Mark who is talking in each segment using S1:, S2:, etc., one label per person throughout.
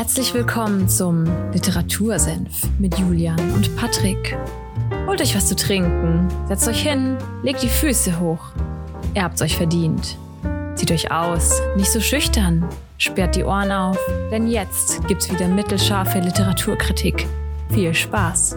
S1: Herzlich willkommen zum Literatursenf mit Julian und Patrick. Holt euch was zu trinken, setzt euch hin, legt die Füße hoch. Ihr habt's euch verdient. Zieht euch aus, nicht so schüchtern, sperrt die Ohren auf, denn jetzt gibt's wieder mittelscharfe Literaturkritik. Viel Spaß!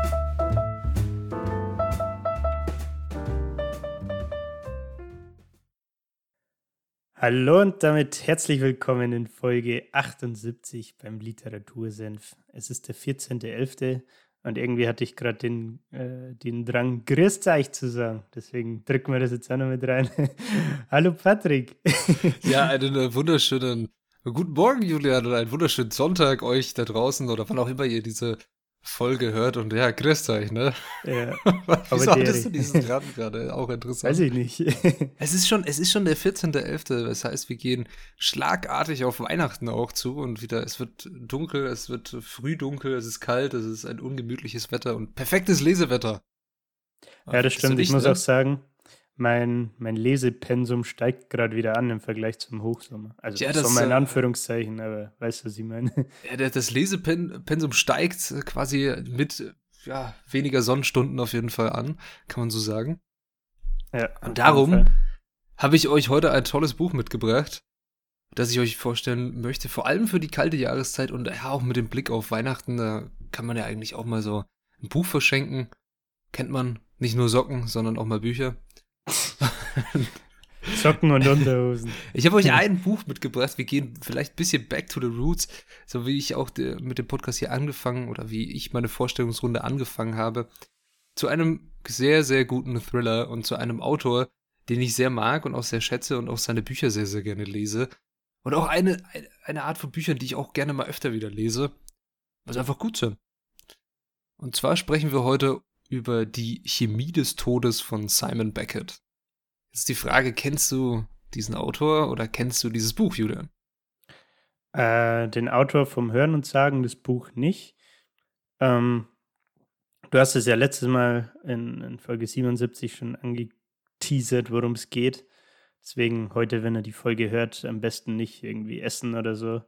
S2: Hallo und damit herzlich willkommen in Folge 78 beim Literatursenf. Es ist der 14.11. und irgendwie hatte ich gerade den Drang, Grüß euch zu sagen. Deswegen drücken wir das jetzt auch noch mit rein. Hallo Patrick.
S3: Ja, einen wunderschönen guten Morgen, Julian, und einen wunderschönen Sonntag euch da draußen oder wann auch immer ihr diese Folge hört. Und ja, grüßt euch, ne?
S2: Ja,
S3: wieso hattest du diesen Dran gerade? Auch interessant.
S2: Weiß ich nicht.
S3: Es ist schon der 14.11. Das heißt, wir gehen schlagartig auf Weihnachten auch zu und wieder, es wird dunkel, es wird früh dunkel, es ist kalt, es ist ein ungemütliches Wetter und perfektes Lesewetter.
S2: Ja, das stimmt. Ich muss auch sagen, mein Lesepensum steigt gerade wieder an im Vergleich zum Hochsommer. Also ja, Sommer in Anführungszeichen, aber weißt du, was ich meine?
S3: Ja, das Lesepensum steigt quasi mit weniger Sonnenstunden auf jeden Fall an, kann man so sagen.
S2: Ja,
S3: und darum habe ich euch heute ein tolles Buch mitgebracht, das ich euch vorstellen möchte, vor allem für die kalte Jahreszeit und ja, auch mit dem Blick auf Weihnachten, da kann man ja eigentlich auch mal so ein Buch verschenken. Kennt man, nicht nur Socken, sondern auch mal Bücher.
S2: Socken und Unterhosen.
S3: Ich habe euch ein Buch mitgebracht. Wir gehen vielleicht ein bisschen back to the roots, so wie ich auch mit dem Podcast hier angefangen oder wie ich meine Vorstellungsrunde angefangen habe, zu einem sehr, sehr guten Thriller und zu einem Autor, den ich sehr mag und auch sehr schätze und auch seine Bücher sehr, sehr gerne lese. Und auch eine Art von Büchern, die ich auch gerne mal öfter wieder lese, weil sie einfach gut sind. Und zwar sprechen wir heute über die Chemie des Todes von Simon Beckett. Jetzt die Frage, kennst du diesen Autor oder kennst du dieses Buch, Julian?
S2: Den Autor vom Hören und Sagen, das Buch nicht. Du hast es ja letztes Mal in Folge 77 schon angeteasert, worum es geht. Deswegen heute, wenn ihr die Folge hört, am besten nicht irgendwie essen oder so.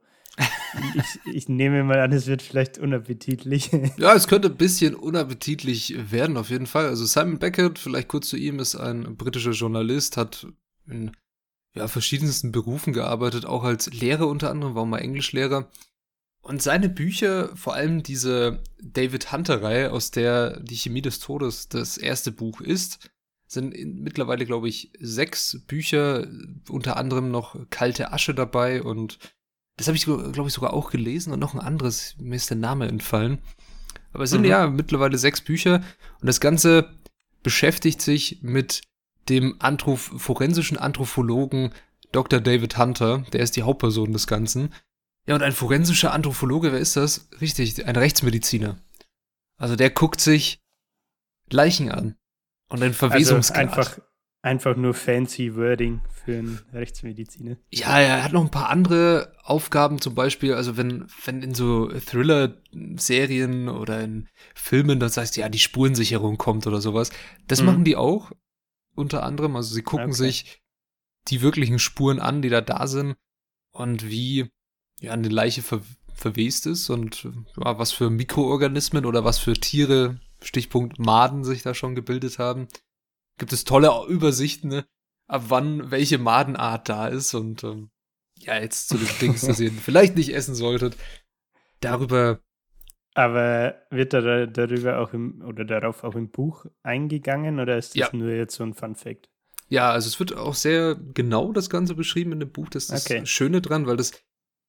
S2: Ich nehme mal an, es wird vielleicht unappetitlich.
S3: Ja, es könnte ein bisschen unappetitlich werden, auf jeden Fall. Also Simon Beckett, vielleicht kurz zu ihm, ist ein britischer Journalist, hat in verschiedensten Berufen gearbeitet, auch als Lehrer unter anderem, war auch mal Englischlehrer. Und seine Bücher, vor allem diese David Hunter-Reihe, aus der die Chemie des Todes das erste Buch ist, sind mittlerweile, glaube ich, 6 Bücher, unter anderem noch Kalte Asche dabei und das habe ich, glaube ich, sogar auch gelesen und noch ein anderes, mir ist der Name entfallen. Aber es sind mittlerweile 6 Bücher und das Ganze beschäftigt sich mit dem forensischen Anthropologen Dr. David Hunter, der ist die Hauptperson des Ganzen. Ja, und ein forensischer Anthropologe, wer ist das? Richtig, ein Rechtsmediziner. Also der guckt sich Leichen an und den Verwesungsgrad.
S2: Also einfach nur fancy Wording für einen Rechtsmediziner.
S3: Ja, er hat noch ein paar andere Aufgaben, zum Beispiel, also wenn in so Thriller-Serien oder in Filmen, das heißt, ja, die Spurensicherung kommt oder sowas, das machen die auch, unter anderem, also sie gucken sich die wirklichen Spuren an, die da sind und wie eine Leiche verwest ist und was für Mikroorganismen oder was für Tiere, Stichpunkt Maden, sich da schon gebildet haben. Gibt es tolle Übersichten, ne? Ab wann welche Madenart da ist und jetzt zu den Dings, das ihr vielleicht nicht essen solltet. Darüber.
S2: Aber wird da darüber auch darauf auch im Buch eingegangen oder ist das nur jetzt so ein Fun-Fact?
S3: Ja, also es wird auch sehr genau das Ganze beschrieben in dem Buch, das ist das Schöne dran, weil das,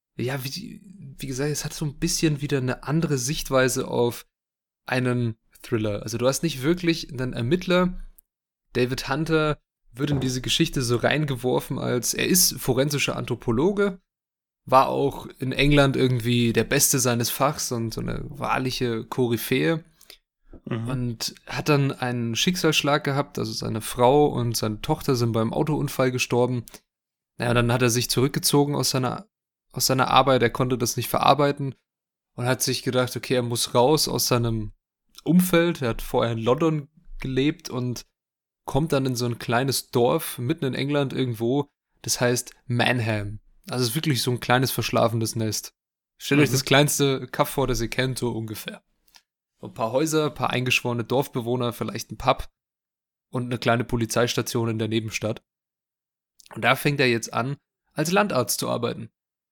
S3: wie gesagt, es hat so ein bisschen wieder eine andere Sichtweise auf einen Thriller. Also du hast nicht wirklich einen Ermittler. David Hunter wird in diese Geschichte so reingeworfen, als er ist forensischer Anthropologe, war auch in England irgendwie der Beste seines Fachs und so eine wahrliche Koryphäe und hat dann einen Schicksalsschlag gehabt, also seine Frau und seine Tochter sind beim Autounfall gestorben. Naja, dann hat er sich zurückgezogen aus seiner Arbeit, er konnte das nicht verarbeiten und hat sich gedacht, okay, er muss raus aus seinem Umfeld, er hat vorher in London gelebt und kommt dann in so ein kleines Dorf mitten in England irgendwo, das heißt Manham. Also es ist wirklich so ein kleines verschlafenes Nest. Stellt euch das kleinste Kaff vor, das ihr kennt, so ungefähr. So ein paar Häuser, ein paar eingeschworene Dorfbewohner, vielleicht ein Pub und eine kleine Polizeistation in der Nebenstadt. Und da fängt er jetzt an, als Landarzt zu arbeiten.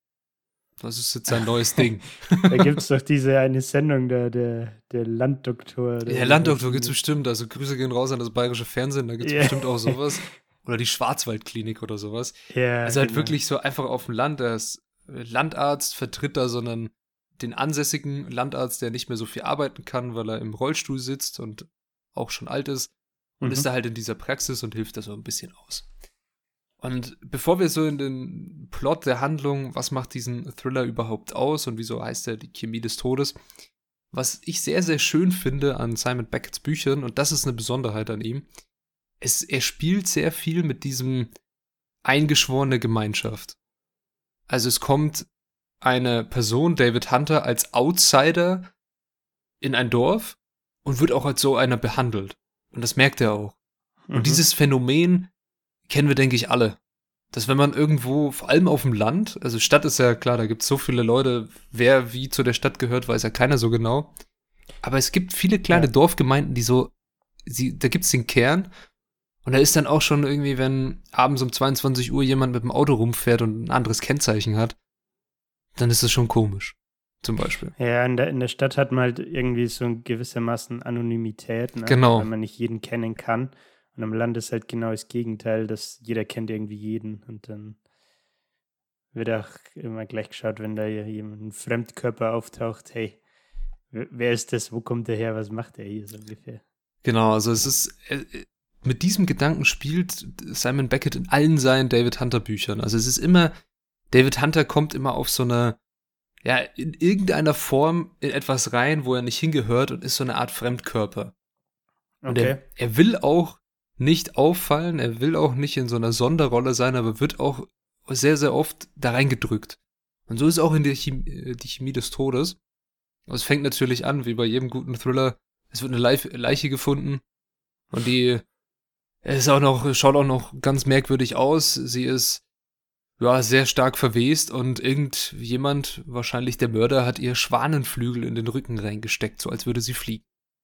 S3: Das ist jetzt sein neues Ding.
S2: Da gibt es doch diese eine Sendung, der Landdoktor.
S3: Der Landdoktor gibt's bestimmt. Also Grüße gehen raus an das bayerische Fernsehen, da gibt's bestimmt auch sowas. Oder die Schwarzwaldklinik oder sowas.
S2: Ja,
S3: also halt wirklich so einfach auf dem Land. Er ist Landarzt, vertritt da sondern den ansässigen Landarzt, der nicht mehr so viel arbeiten kann, weil er im Rollstuhl sitzt und auch schon alt ist. Und ist da halt in dieser Praxis und hilft da so ein bisschen aus. Und bevor wir so in den Plot der Handlung, was macht diesen Thriller überhaupt aus und wieso heißt er die Chemie des Todes, was ich sehr, sehr schön finde an Simon Becketts Büchern, und das ist eine Besonderheit an ihm, er spielt sehr viel mit diesem eingeschworene Gemeinschaft. Also es kommt eine Person, David Hunter, als Outsider in ein Dorf und wird auch als so einer behandelt. Und das merkt er auch. Und dieses Phänomen kennen wir, denke ich, alle. Dass wenn man irgendwo, vor allem auf dem Land, also Stadt ist ja klar, da gibt es so viele Leute, wer wie zu der Stadt gehört, weiß ja keiner so genau. Aber es gibt viele kleine Dorfgemeinden, da gibt es den Kern. Und da ist dann auch schon irgendwie, wenn abends um 22 Uhr jemand mit dem Auto rumfährt und ein anderes Kennzeichen hat, dann ist das schon komisch, zum Beispiel.
S2: Ja, in der Stadt hat man halt irgendwie so gewissermaßen Anonymität, ne?
S3: Genau.
S2: Weil man nicht jeden kennen kann. Und am Land ist halt genau das Gegenteil, dass jeder kennt irgendwie jeden. Und dann wird auch immer gleich geschaut, wenn da jemand, ein Fremdkörper auftaucht, hey, wer ist das, wo kommt der her, was macht der hier so ungefähr?
S3: Genau, also es ist, mit diesem Gedanken spielt Simon Beckett in allen seinen David Hunter Büchern. Also es ist immer, David Hunter kommt immer auf so eine, ja, in irgendeiner Form in etwas rein, wo er nicht hingehört und ist so eine Art Fremdkörper. Und
S2: Okay.
S3: er will auch nicht auffallen, er will auch nicht in so einer Sonderrolle sein, aber wird auch sehr, sehr oft da reingedrückt. Und so ist auch in die Chemie des Todes. Es fängt natürlich an, wie bei jedem guten Thriller, es wird eine Leiche gefunden und die schaut auch noch ganz merkwürdig aus. Sie ist ja sehr stark verwest und irgendjemand, wahrscheinlich der Mörder, hat ihr Schwanenflügel in den Rücken reingesteckt, so als würde sie fliegen.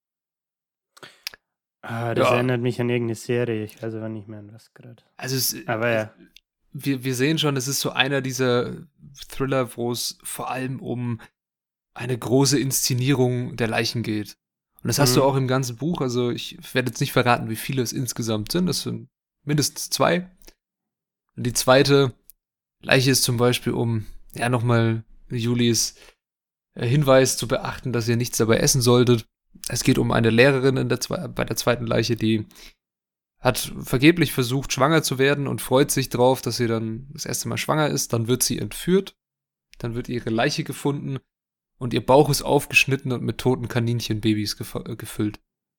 S2: Das erinnert mich an irgendeine Serie, ich weiß aber nicht mehr an was gerade.
S3: Also
S2: aber ja.
S3: Wir sehen schon, es ist so einer dieser Thriller, wo es vor allem um eine große Inszenierung der Leichen geht. Und das hast du auch im ganzen Buch, also ich werde jetzt nicht verraten, wie viele es insgesamt sind, das sind mindestens 2. Und die zweite Leiche ist zum Beispiel, um ja nochmal Julis Hinweis zu beachten, dass ihr nichts dabei essen solltet. Es geht um eine Lehrerin bei der zweiten Leiche, die hat vergeblich versucht, schwanger zu werden und freut sich drauf, dass sie dann das erste Mal schwanger ist. Dann wird sie entführt, dann wird ihre Leiche gefunden und ihr Bauch ist aufgeschnitten und mit toten Kaninchenbabys gefüllt.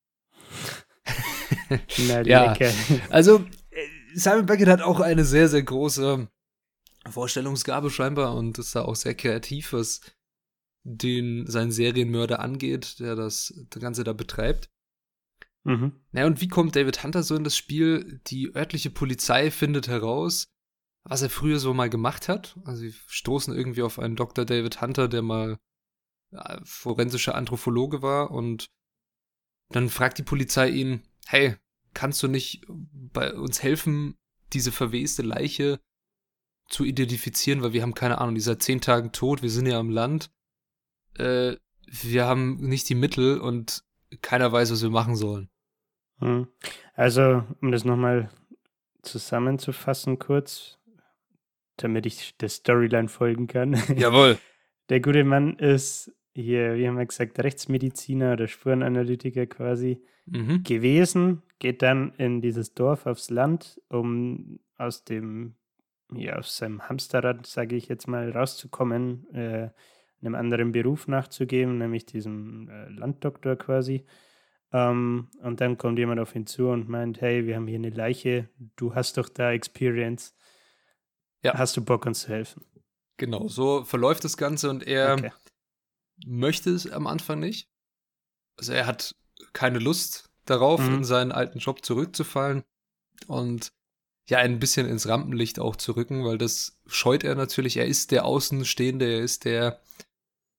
S2: Na,
S3: ja,
S2: lecker.
S3: also Simon Beckett hat auch eine sehr, sehr große Vorstellungsgabe scheinbar und ist da auch sehr kreativ, was seinen Serienmörder angeht, der das Ganze da betreibt. Naja, und wie kommt David Hunter so in das Spiel? Die örtliche Polizei findet heraus, was er früher so mal gemacht hat. Also sie stoßen irgendwie auf einen Dr. David Hunter, der mal forensischer Anthropologe war, und dann fragt die Polizei ihn, hey, kannst du nicht bei uns helfen, diese verweste Leiche zu identifizieren, weil wir haben keine Ahnung, die ist seit 10 Tagen tot, wir sind ja am Land, wir haben nicht die Mittel und keiner weiß, was wir machen sollen.
S2: Also, um das nochmal zusammenzufassen kurz, damit ich der Storyline folgen kann.
S3: Jawohl.
S2: Der gute Mann ist hier, wie haben wir gesagt, Rechtsmediziner oder Spurenanalytiker quasi gewesen, geht dann in dieses Dorf aufs Land, um aus seinem Hamsterrad, sage ich jetzt mal, rauszukommen, einem anderen Beruf nachzugeben, nämlich diesem Landdoktor quasi. Und dann kommt jemand auf ihn zu und meint, hey, wir haben hier eine Leiche, du hast doch da Experience. Ja. Hast du Bock, uns zu helfen?
S3: Genau, so verläuft das Ganze und er möchte es am Anfang nicht. Also er hat keine Lust darauf, in seinen alten Job zurückzufallen und ja, ein bisschen ins Rampenlicht auch zu rücken, weil das scheut er natürlich. Er ist der Außenstehende, er ist der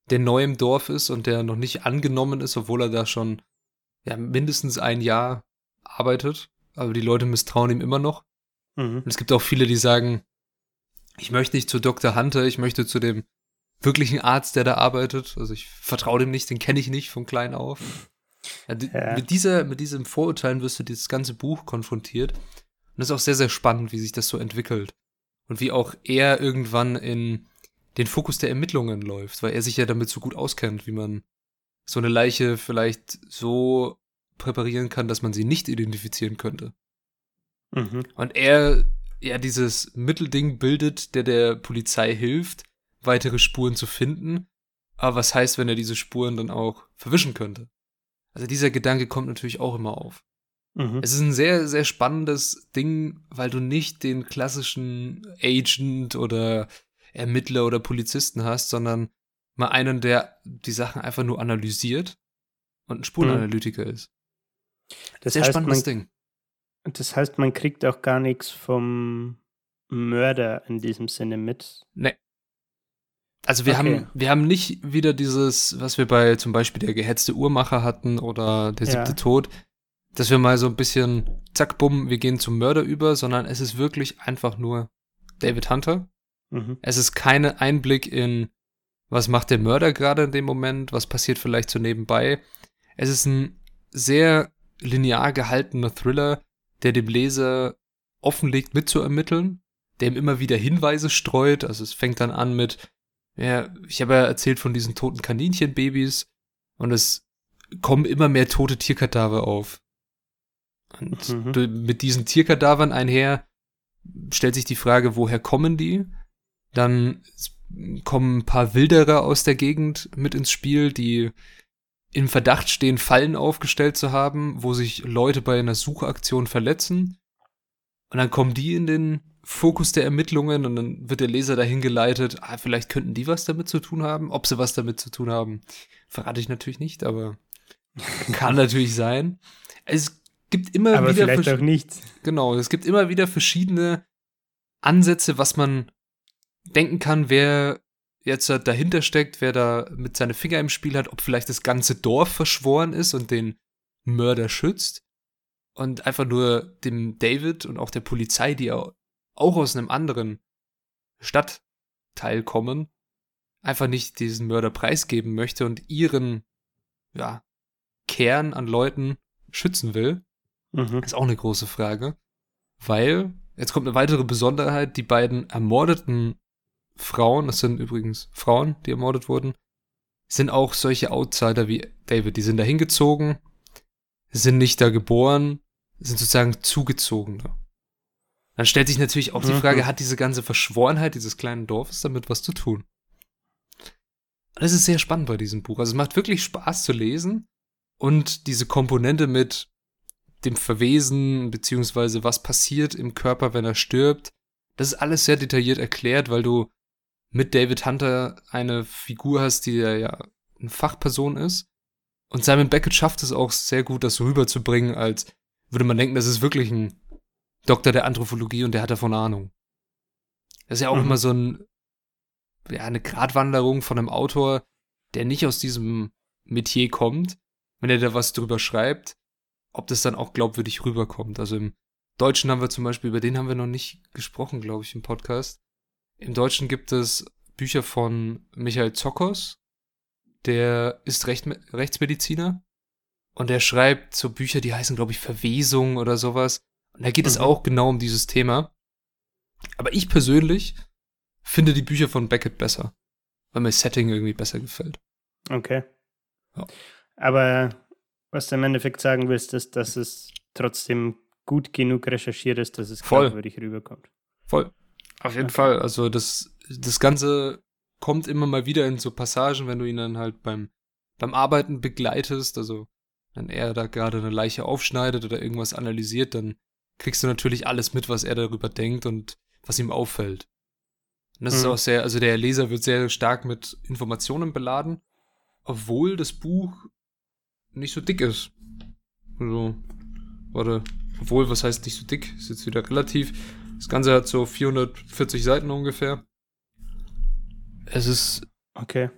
S3: der neu im Dorf ist und der noch nicht angenommen ist, obwohl er da schon mindestens ein Jahr arbeitet. Aber die Leute misstrauen ihm immer noch.
S2: Mhm.
S3: Und es gibt auch viele, die sagen, ich möchte nicht zu Dr. Hunter, ich möchte zu dem wirklichen Arzt, der da arbeitet. Also ich vertraue dem nicht, den kenne ich nicht von klein auf. Mit diesem Vorurteilen wirst du dieses ganze Buch konfrontiert. Und das ist auch sehr, sehr spannend, wie sich das so entwickelt. Und wie auch er irgendwann in den Fokus der Ermittlungen läuft, weil er sich ja damit so gut auskennt, wie man so eine Leiche vielleicht so präparieren kann, dass man sie nicht identifizieren könnte.
S2: Mhm.
S3: Und er dieses Mittelding bildet, der Polizei hilft, weitere Spuren zu finden. Aber was heißt, wenn er diese Spuren dann auch verwischen könnte? Also dieser Gedanke kommt natürlich auch immer auf.
S2: Mhm.
S3: Es ist ein sehr, sehr spannendes Ding, weil du nicht den klassischen Agent oder Ermittler oder Polizisten hast, sondern mal einen, der die Sachen einfach nur analysiert und ein Spurenanalytiker ist.
S2: Das
S3: Sehr
S2: heißt,
S3: spannendes Ding.
S2: Das heißt, man kriegt auch gar nichts vom Mörder in diesem Sinne mit.
S3: Nee. Also wir haben nicht wieder dieses, was wir bei zum Beispiel der gehetzte Uhrmacher hatten oder der 7. Tod, dass wir mal so ein bisschen zack, bumm, wir gehen zum Mörder über, sondern es ist wirklich einfach nur David Hunter.
S2: Mhm.
S3: Es ist kein Einblick in, was macht der Mörder gerade in dem Moment, was passiert vielleicht so nebenbei. Es ist ein sehr linear gehaltener Thriller, der dem Leser offenlegt mitzuermitteln, der ihm immer wieder Hinweise streut. Also es fängt dann an mit, ich habe ja erzählt von diesen toten Kaninchenbabys und es kommen immer mehr tote Tierkadaver auf. Und mit diesen Tierkadavern einher stellt sich die Frage, woher kommen die? Dann kommen ein paar Wilderer aus der Gegend mit ins Spiel, die im Verdacht stehen, Fallen aufgestellt zu haben, wo sich Leute bei einer Suchaktion verletzen. Und dann kommen die in den Fokus der Ermittlungen und dann wird der Leser dahin geleitet, vielleicht könnten die was damit zu tun haben. Ob sie was damit zu tun haben, verrate ich natürlich nicht, aber kann natürlich sein. Es gibt immer
S2: aber
S3: wieder
S2: vielleicht auch nicht.
S3: Genau, es gibt immer wieder verschiedene Ansätze, was man denken kann, wer jetzt dahinter steckt, wer da mit seinen Finger im Spiel hat, ob vielleicht das ganze Dorf verschworen ist und den Mörder schützt und einfach nur dem David und auch der Polizei, die auch aus einem anderen Stadtteil kommen, einfach nicht diesen Mörder preisgeben möchte und ihren Kern an Leuten schützen will. Ist auch eine große Frage, weil, jetzt kommt eine weitere Besonderheit, die beiden ermordeten Frauen, das sind übrigens Frauen, die ermordet wurden, sind auch solche Outsider wie David. Die sind da hingezogen, sind nicht da geboren, sind sozusagen Zugezogene. Dann stellt sich natürlich auch die Frage, hat diese ganze Verschworenheit dieses kleinen Dorfes damit was zu tun? Und das ist sehr spannend bei diesem Buch. Also es macht wirklich Spaß zu lesen und diese Komponente mit dem Verwesen, beziehungsweise was passiert im Körper, wenn er stirbt, das ist alles sehr detailliert erklärt, weil du mit David Hunter eine Figur hast, die ja eine Fachperson ist. Und Simon Beckett schafft es auch sehr gut, das so rüberzubringen, als würde man denken, das ist wirklich ein Doktor der Anthropologie und der hat davon Ahnung. Das ist ja auch immer so eine Gratwanderung von einem Autor, der nicht aus diesem Metier kommt, wenn er da was drüber schreibt, ob das dann auch glaubwürdig rüberkommt. Also im Deutschen haben wir zum Beispiel, über den haben wir noch nicht gesprochen, glaube ich, im Podcast. Im Deutschen gibt es Bücher von Michael Zokos, der ist Rechtsmediziner und der schreibt so Bücher, die heißen, glaube ich, Verwesung oder sowas. Und da geht es auch genau um dieses Thema. Aber ich persönlich finde die Bücher von Beckett besser, weil mir das Setting irgendwie besser gefällt.
S2: Okay.
S3: Ja.
S2: Aber was du im Endeffekt sagen willst, ist, dass es trotzdem gut genug recherchiert ist, dass es glaubwürdig rüberkommt.
S3: Voll. Auf jeden Fall. Also das Ganze kommt immer mal wieder in so Passagen, wenn du ihn dann halt beim Arbeiten begleitest, also wenn er da gerade eine Leiche aufschneidet oder irgendwas analysiert, dann kriegst du natürlich alles mit, was er darüber denkt und was ihm auffällt. Und das ist auch sehr, also der Leser wird sehr stark mit Informationen beladen, obwohl das Buch nicht so dick ist. Also, obwohl, was heißt nicht so dick? Ist jetzt wieder relativ. Das Ganze hat so 440 Seiten ungefähr. Es ist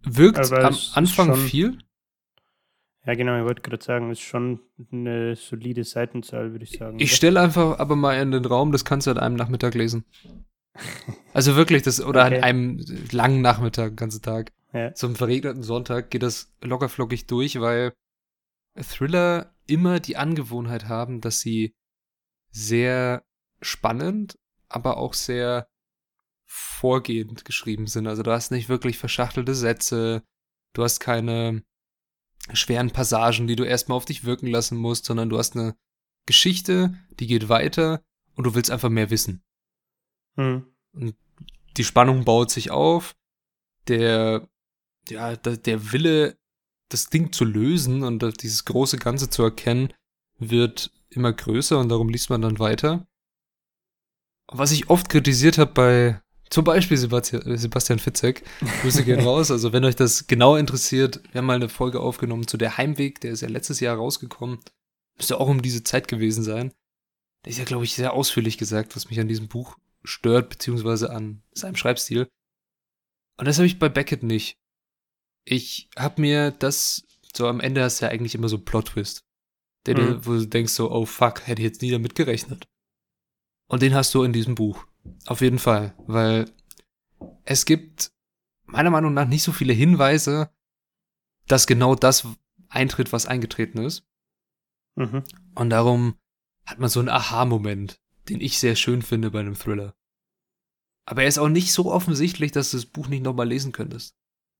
S3: Wirkt
S2: Aber
S3: am
S2: es ist
S3: Anfang
S2: schon-
S3: viel.
S2: Ja, genau, ich wollte gerade sagen, ist schon eine solide Seitenzahl, würde ich sagen.
S3: Ich
S2: oder?
S3: stelle einfach aber mal in den Raum, das kannst du an einem Nachmittag lesen. Also wirklich, oder
S2: Okay.
S3: an einem langen Nachmittag, den ganzen Tag.
S2: Ja.
S3: So einem verregneten Sonntag geht das lockerflockig durch, weil Thriller immer die Angewohnheit haben, dass sie sehr spannend, aber auch sehr vorgehend geschrieben sind. Also du hast nicht wirklich verschachtelte Sätze, du hast keine schweren Passagen, die du erstmal auf dich wirken lassen musst, sondern du hast eine Geschichte, die geht weiter und du willst einfach mehr wissen.
S2: Hm.
S3: Und die Spannung baut sich auf, der Wille, das Ding zu lösen und dieses große Ganze zu erkennen, wird immer größer und darum liest man dann weiter. Was ich oft kritisiert habe bei zum Beispiel Sebastian Fitzek, Grüße gehen raus, also wenn euch das genau interessiert, wir haben mal eine Folge aufgenommen zu Der Heimweg, der ist ja letztes Jahr rausgekommen, müsste auch um diese Zeit gewesen sein. Der ist ja, glaube ich, sehr ausführlich gesagt, was mich an diesem Buch stört, beziehungsweise an seinem Schreibstil. Und das habe ich bei Beckett nicht. Ich habe mir das, so am Ende hast du ja eigentlich immer so einen Plot-Twist, wo du denkst so, oh fuck, hätte ich jetzt nie damit gerechnet. Und den hast du in diesem Buch. Auf jeden Fall, weil es gibt meiner Meinung nach nicht so viele Hinweise, dass genau das eintritt, was eingetreten ist.
S2: Mhm.
S3: Und darum hat man so einen Aha-Moment, den ich sehr schön finde bei einem Thriller. Aber er ist auch nicht so offensichtlich, dass du das Buch nicht nochmal lesen könntest.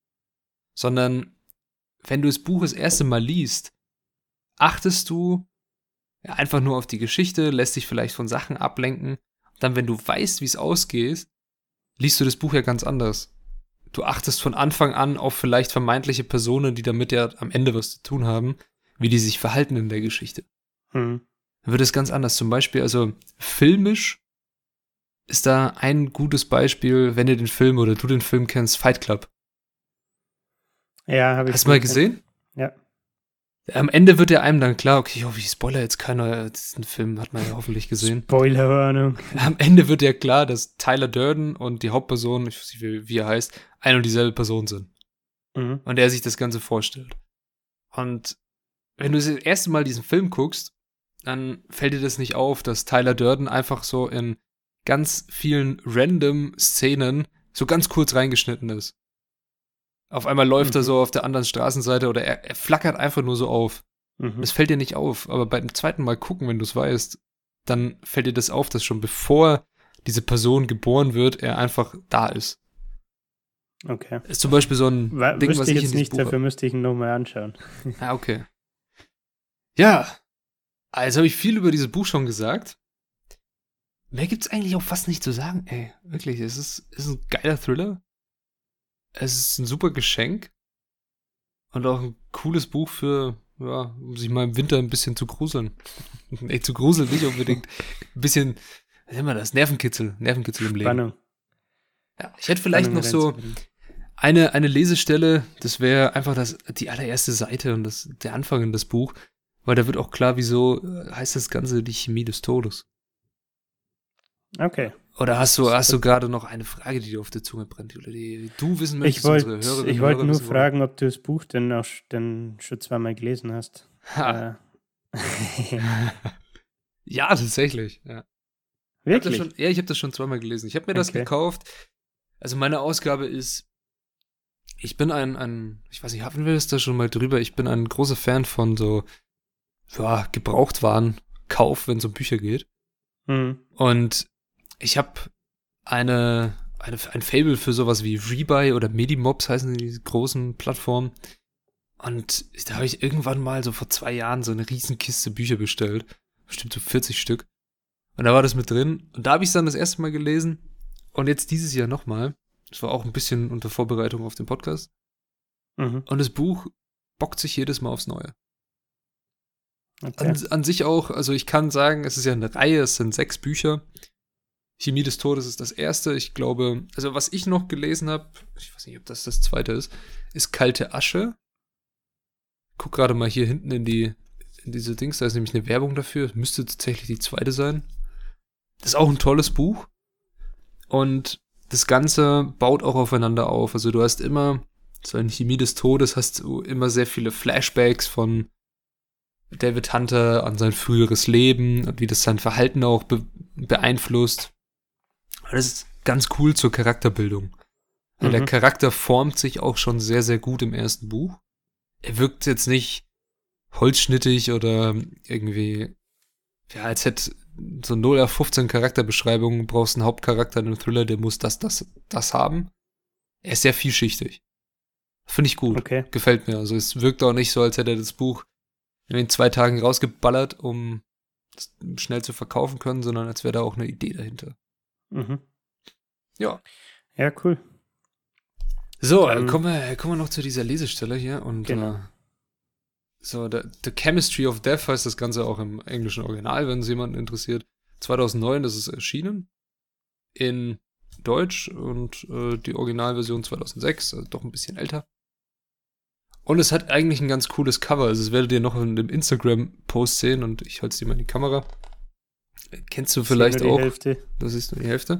S3: Sondern, wenn du das Buch das erste Mal liest, achtest du ja, einfach nur auf die Geschichte, lässt dich vielleicht von Sachen ablenken. Dann, wenn du weißt, wie es ausgeht, liest du das Buch ja ganz anders. Du achtest von Anfang an auf vielleicht vermeintliche Personen, die damit ja am Ende was zu tun haben, wie die sich verhalten in der Geschichte.
S2: Hm.
S3: Dann wird es ganz anders. Zum Beispiel, also filmisch ist da ein gutes Beispiel, wenn ihr den Film oder du den Film kennst, Fight Club.
S2: Ja, habe ich.
S3: Hast du mal gesehen?
S2: Ja.
S3: Am Ende wird ja einem dann klar, okay, ich hoffe, ich spoiler jetzt keiner, diesen Film hat man ja hoffentlich gesehen.
S2: Spoilerwarnung.
S3: Am Ende wird ja klar, dass Tyler Durden und die Hauptperson, ich weiß nicht, wie er heißt, eine und dieselbe Person sind.
S2: Mhm.
S3: Und er sich das Ganze vorstellt. Und wenn du das erste Mal diesen Film guckst, dann fällt dir das nicht auf, dass Tyler Durden einfach so in ganz vielen random Szenen so ganz kurz reingeschnitten ist. Auf einmal läuft er so auf der anderen Straßenseite oder er flackert einfach nur so auf.
S2: Mhm.
S3: Das fällt dir nicht auf, aber beim zweiten Mal gucken, wenn du es weißt, dann fällt dir das auf, dass schon bevor diese Person geboren wird, er einfach da ist.
S2: Okay.
S3: Ist zum Beispiel so ein Ding,
S2: Wüsste
S3: was
S2: ich
S3: ich in
S2: jetzt
S3: diesem
S2: nicht,
S3: Buch
S2: dafür müsste ich ihn nochmal anschauen.
S3: Ah, okay. Ja, also habe ich viel über dieses Buch schon gesagt. Mehr gibt's eigentlich auch fast nicht zu sagen, ey. Wirklich, es ist ein geiler Thriller. Es ist ein super Geschenk. Und auch ein cooles Buch für, ja, um sich mal im Winter ein bisschen zu gruseln. Nee, zu gruseln nicht unbedingt. Ein bisschen, was nennen wir das? Nervenkitzel im Leben.
S2: Spannung.
S3: Ja, ich hätte vielleicht
S2: Spannung
S3: noch so
S2: reinzubringen.
S3: eine Lesestelle, das wäre einfach die allererste Seite und der Anfang in das Buch, weil da wird auch klar, wieso heißt das Ganze die Chemie des Todes.
S2: Okay.
S3: Oder hast du gerade noch eine Frage, die dir auf der Zunge brennt, oder die du wissen
S2: Ich
S3: möchtest, unsere Hörerinnen und
S2: wollte
S3: Hörer
S2: nur
S3: wissen wollen?
S2: fragen, ob du das Buch denn auch schon zweimal gelesen hast.
S3: Ha. Ja, tatsächlich. Ja.
S2: Wirklich?
S3: Ich habe das schon zweimal gelesen. Ich habe mir das
S2: Okay.
S3: gekauft. Also meine Ausgabe ist, ich bin ich weiß nicht, hatten wir das da schon mal drüber? Ich bin ein großer Fan von so, ja, Gebrauchtwarenkauf, wenn es um Bücher geht.
S2: Mhm.
S3: Und ich habe ein Faible für sowas wie Rebuy oder Medimobs heißen die großen Plattformen. Und da habe ich irgendwann mal so vor 2 Jahren so eine riesen Kiste Bücher bestellt. Bestimmt so 40 Stück. Und da war das mit drin. Und da habe ich es dann das erste Mal gelesen. Und jetzt dieses Jahr nochmal. Das war auch ein bisschen unter Vorbereitung auf den Podcast.
S2: Mhm.
S3: Und das Buch bockt sich jedes Mal aufs Neue.
S2: Okay.
S3: An sich auch, also ich kann sagen, es ist ja eine Reihe, es sind 6 Bücher. Chemie des Todes ist das erste. Ich glaube, also was ich noch gelesen habe, ich weiß nicht, ob das zweite ist Kalte Asche. Guck gerade mal hier hinten in diese Dings, da ist nämlich eine Werbung dafür. Das müsste tatsächlich die zweite sein. Das ist auch ein tolles Buch. Und das Ganze baut auch aufeinander auf. Also du hast immer So in Chemie des Todes hast du immer sehr viele Flashbacks von David Hunter an sein früheres Leben und wie das sein Verhalten auch beeinflusst. Das ist ganz cool zur Charakterbildung. Also der Charakter formt sich auch schon sehr, sehr gut im ersten Buch. Er wirkt jetzt nicht holzschnittig oder irgendwie, ja, als hätte so 0 auf 15 Charakterbeschreibungen, brauchst einen Hauptcharakter in einem Thriller, der muss das haben. Er ist sehr vielschichtig. Finde ich gut.
S2: Okay.
S3: Gefällt mir. Also es wirkt auch nicht so, als hätte er das Buch in 2 Tagen rausgeballert, um es schnell zu verkaufen können, sondern als wäre da auch eine Idee dahinter.
S2: Mhm.
S3: Ja.
S2: Ja, cool.
S3: So, kommen wir noch zu dieser Lesestelle hier. Und
S2: Genau.
S3: so, The Chemistry of Death heißt das Ganze auch im englischen Original, wenn es jemanden interessiert. 2009 ist es erschienen. In Deutsch und die Originalversion 2006, also doch ein bisschen älter. Und es hat eigentlich ein ganz cooles Cover. Also, das werdet ihr noch in dem Instagram-Post sehen und ich halte es dir mal in die Kamera. Kennst du vielleicht auch?
S2: Die Hälfte.
S3: Das ist nur die Hälfte.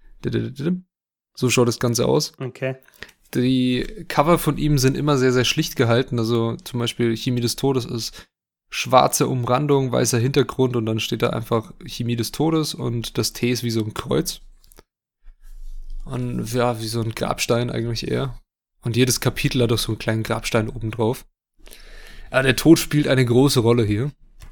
S3: So schaut das Ganze aus.
S2: Okay.
S3: Die Cover von ihm sind immer sehr, sehr schlicht gehalten. Also zum Beispiel Chemie des Todes ist schwarze Umrandung, weißer Hintergrund und dann steht da einfach Chemie des Todes und das T ist wie so ein Kreuz. Und ja, wie so ein Grabstein eigentlich eher. Und jedes Kapitel hat auch so einen kleinen Grabstein oben drauf. Aber der Tod spielt eine große Rolle hier.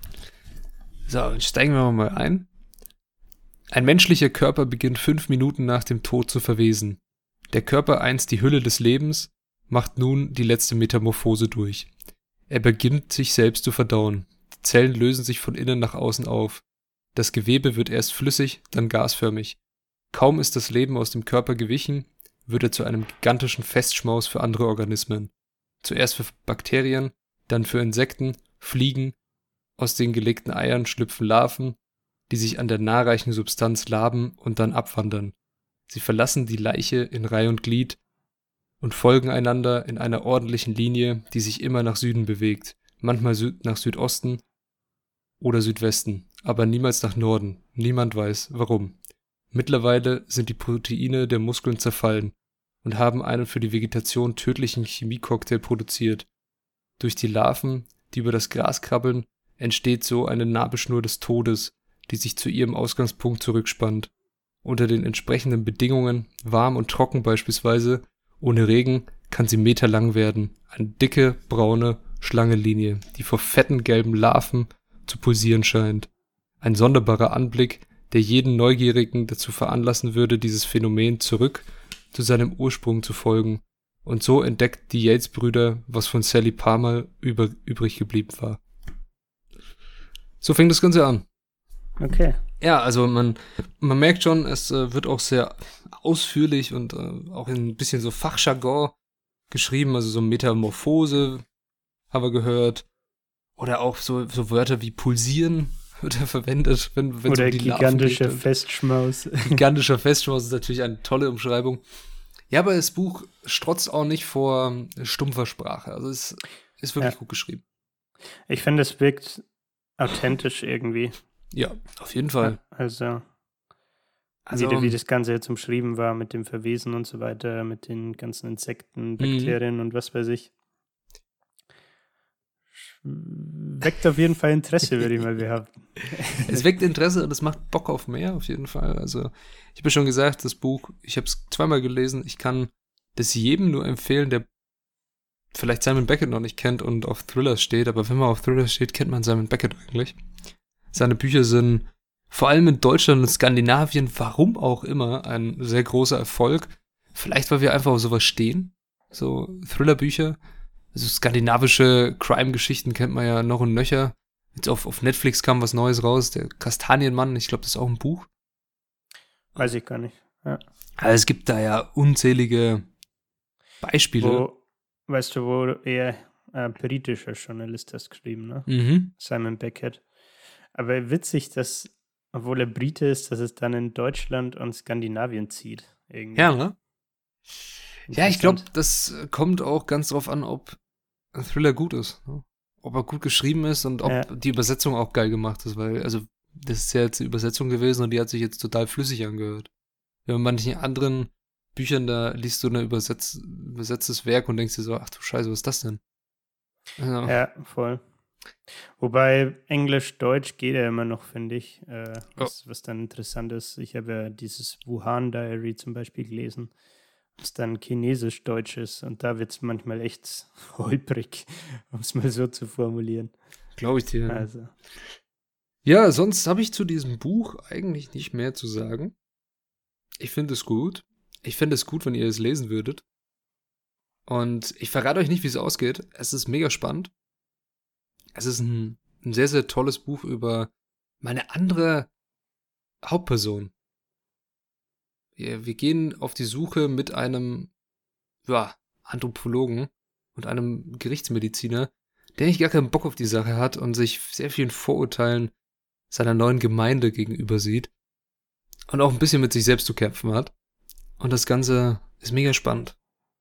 S3: So, dann steigen wir mal ein. Ein menschlicher Körper beginnt 5 Minuten nach dem Tod zu verwesen. Der Körper, einst die Hülle des Lebens, macht nun die letzte Metamorphose durch. Er beginnt sich selbst zu verdauen. Die Zellen lösen sich von innen nach außen auf. Das Gewebe wird erst flüssig, dann gasförmig. Kaum ist das Leben aus dem Körper gewichen, wird er zu einem gigantischen Festschmaus für andere Organismen. Zuerst für Bakterien, dann für Insekten, Fliegen. Aus den gelegten Eiern schlüpfen Larven, die sich an der nahreichen Substanz laben und dann abwandern. Sie verlassen die Leiche in Reih und Glied und folgen einander in einer ordentlichen Linie, die sich immer nach Süden bewegt, manchmal nach Südosten oder Südwesten, aber niemals nach Norden. Niemand weiß, warum. Mittlerweile sind die Proteine der Muskeln zerfallen und haben einen für die Vegetation tödlichen Chemiecocktail produziert. Durch die Larven, die über das Gras krabbeln, entsteht so eine Nabelschnur des Todes, die sich zu ihrem Ausgangspunkt zurückspannt. Unter den entsprechenden Bedingungen, warm und trocken beispielsweise, ohne Regen, kann sie meterlang werden. Eine dicke, braune Schlangenlinie, die vor fetten gelben Larven zu pulsieren scheint. Ein sonderbarer Anblick, der jeden Neugierigen dazu veranlassen würde, dieses Phänomen zurück zu seinem Ursprung zu folgen. Und so entdeckt die Yates-Brüder, was von Sally Palmer übrig geblieben war. So fängt das Ganze an.
S2: Okay.
S3: Ja, also man merkt schon, es wird auch sehr ausführlich und auch in ein bisschen so Fachjargon geschrieben, also so Metamorphose haben wir gehört. Oder auch so Wörter wie pulsieren wird er verwendet, wenn es um die
S2: gigantischer Festschmaus.
S3: Gigantischer Festschmaus ist natürlich eine tolle Umschreibung. Ja, aber das Buch strotzt auch nicht vor stumpfer Sprache. Also es ist wirklich gut geschrieben.
S2: Ich finde, es wirkt authentisch irgendwie.
S3: Ja, auf jeden Fall.
S2: Also wie das Ganze jetzt umschrieben war mit dem Verwesen und so weiter, mit den ganzen Insekten, Bakterien und was weiß ich. Weckt auf jeden Fall Interesse, würde ich mal behaupten.
S3: Es weckt Interesse und es macht Bock auf mehr, auf jeden Fall. Also, ich habe ja schon gesagt, das Buch, ich habe es 2-mal gelesen. Ich kann das jedem nur empfehlen, der vielleicht Simon Beckett noch nicht kennt und auf Thrillers steht. Aber wenn man auf Thrillers steht, kennt man Simon Beckett eigentlich. Seine Bücher sind vor allem in Deutschland und Skandinavien, warum auch immer, ein sehr großer Erfolg. Vielleicht, weil wir einfach auf sowas stehen. So Thrillerbücher. Also skandinavische Crime-Geschichten kennt man ja noch und nöcher. Jetzt auf Netflix kam was Neues raus, der Kastanienmann, ich glaube, das ist auch ein Buch.
S2: Weiß ich gar nicht. Ja.
S3: Also es gibt da ja unzählige Beispiele.
S2: Weißt du, wo er britischer Journalist das geschrieben, ne?
S3: Mhm.
S2: Simon Beckett. Aber witzig, dass, obwohl er Brite ist, dass es dann in Deutschland und Skandinavien zieht. Irgendwie.
S3: Ja, ne? Ja, ich glaube, das kommt auch ganz drauf an, ob ein Thriller gut ist. Ne? Ob er gut geschrieben ist und ob die Übersetzung auch geil gemacht ist, weil, also, das ist ja jetzt eine Übersetzung gewesen und die hat sich jetzt total flüssig angehört. Wenn man manchen anderen Büchern, da liest du ein übersetztes Werk und denkst dir so, ach du Scheiße, was ist das denn? Also,
S2: Ja, voll. Wobei Englisch-Deutsch geht ja immer noch, finde ich. Was dann interessant ist. Ich habe ja dieses Wuhan Diary zum Beispiel gelesen, was dann Chinesisch-Deutsch ist. Und da wird es manchmal echt holprig, um es mal so zu formulieren.
S3: glaube ich dir.
S2: Also,
S3: Ja, sonst habe ich zu diesem Buch eigentlich nicht mehr zu sagen. Ich finde es gut. Ich fände es gut, wenn ihr es lesen würdet. Und ich verrate euch nicht, wie es ausgeht. Es ist mega spannend. Es ist ein sehr, sehr tolles Buch über meine andere Hauptperson. Wir gehen auf die Suche mit einem Anthropologen und einem Gerichtsmediziner, der nicht gar keinen Bock auf die Sache hat und sich sehr vielen Vorurteilen seiner neuen Gemeinde gegenüber sieht und auch ein bisschen mit sich selbst zu kämpfen hat. Und das Ganze ist mega spannend.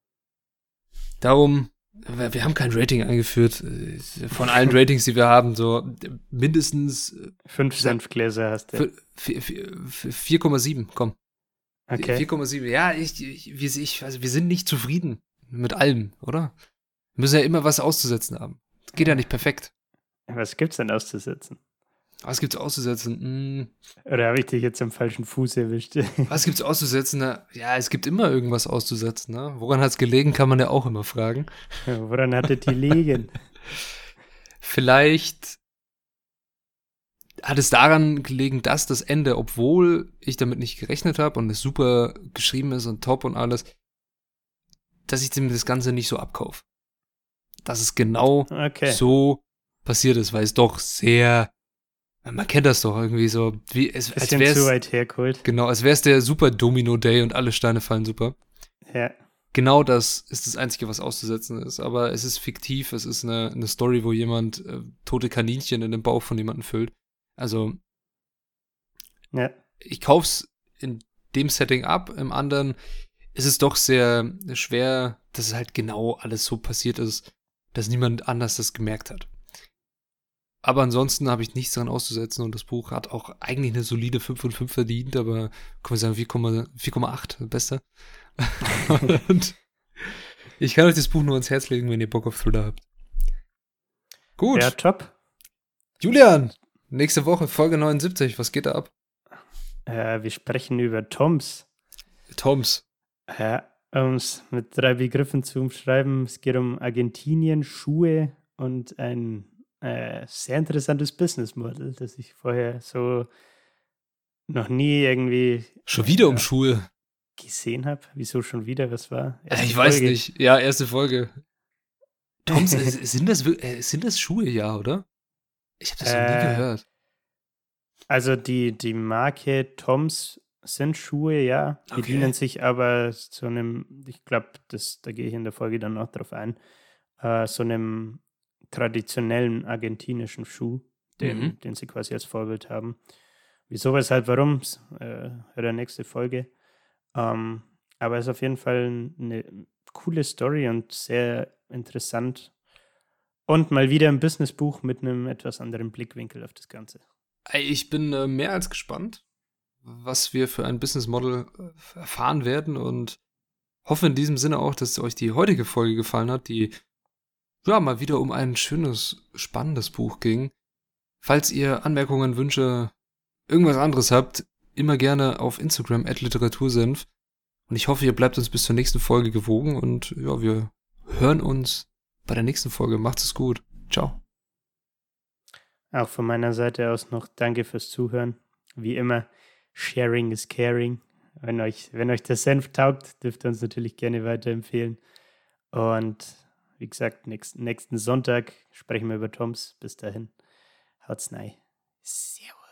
S3: Darum, wir haben kein Rating eingeführt. Von allen Ratings, die wir haben, so mindestens
S2: 5 Senfgläser hast du.
S3: 4,7, komm.
S2: Okay.
S3: 4,7. Ja, also wir sind nicht zufrieden mit allem, oder? Wir müssen ja immer was auszusetzen haben. Das geht ja nicht perfekt.
S2: Was gibt's denn auszusetzen?
S3: Was gibt's auszusetzen?
S2: Oder habe ich dich jetzt am falschen Fuß erwischt?
S3: Was gibt's auszusetzen? Ja, es gibt immer irgendwas auszusetzen. Ne? Woran hat's gelegen, kann man ja auch immer fragen.
S2: Woran hatte die liegen?
S3: Vielleicht hat es daran gelegen, dass das Ende, obwohl ich damit nicht gerechnet habe und es super geschrieben ist und top und alles, dass ich dem das Ganze nicht so abkaufe. Dass es genau so passiert ist, weil es doch sehr, man kennt das doch irgendwie so, wie es als wäre es
S2: zu weit hergeholt.
S3: Genau, als wäre es der Super Domino Day und alle Steine fallen super.
S2: Ja.
S3: Genau das ist das Einzige, was auszusetzen ist. Aber es ist fiktiv, es ist eine Story, wo jemand tote Kaninchen in den Bauch von jemandem füllt. Also,
S2: ja.
S3: Ich kauf's in dem Setting ab, im anderen ist es doch sehr schwer, dass es halt genau alles so passiert ist, dass niemand anders das gemerkt hat. Aber ansonsten habe ich nichts dran auszusetzen und das Buch hat auch eigentlich eine solide 5 von 5 verdient, aber können wir sagen 4,8, beste. Und ich kann euch das Buch nur ans Herz legen, wenn ihr Bock auf Thriller habt. Gut.
S2: Ja, top.
S3: Julian, nächste Woche, Folge 79, was geht da ab?
S2: Wir sprechen über Toms.
S3: Toms.
S2: Ja, um es mit 3 Begriffen zu umschreiben, es geht um Argentinien, Schuhe und ein sehr interessantes Businessmodell, das ich vorher so noch nie irgendwie
S3: schon wieder um Schuhe
S2: gesehen habe. Wieso schon wieder? Was war?
S3: Ich weiß nicht. Ja, erste Folge. Toms, sind das Schuhe, ja, oder? Ich habe das noch nie gehört.
S2: Also die Marke Toms sind Schuhe, ja. Die bedienen sich aber zu einem, ich glaube, da gehe ich in der Folge dann noch drauf ein, so einem traditionellen argentinischen Schuh, den sie quasi als Vorbild haben. Wieso, weshalb, warum, hört der nächste Folge. Aber es ist auf jeden Fall eine coole Story und sehr interessant. Und mal wieder ein Businessbuch mit einem etwas anderen Blickwinkel auf das Ganze.
S3: Ich bin mehr als gespannt, was wir für ein Business Model erfahren werden und hoffe in diesem Sinne auch, dass euch die heutige Folge gefallen hat, die mal wieder um ein schönes, spannendes Buch ging. Falls ihr Anmerkungen, Wünsche, irgendwas anderes habt, immer gerne auf Instagram @literatursenf. Und ich hoffe, ihr bleibt uns bis zur nächsten Folge gewogen und wir hören uns bei der nächsten Folge. Macht's es gut. Ciao.
S2: Auch von meiner Seite aus noch danke fürs Zuhören. Wie immer, Sharing is Caring. Wenn euch der Senf taugt, dürft ihr uns natürlich gerne weiterempfehlen. Und wie gesagt, nächsten Sonntag sprechen wir über Toms. Bis dahin, haut's rein. Servus.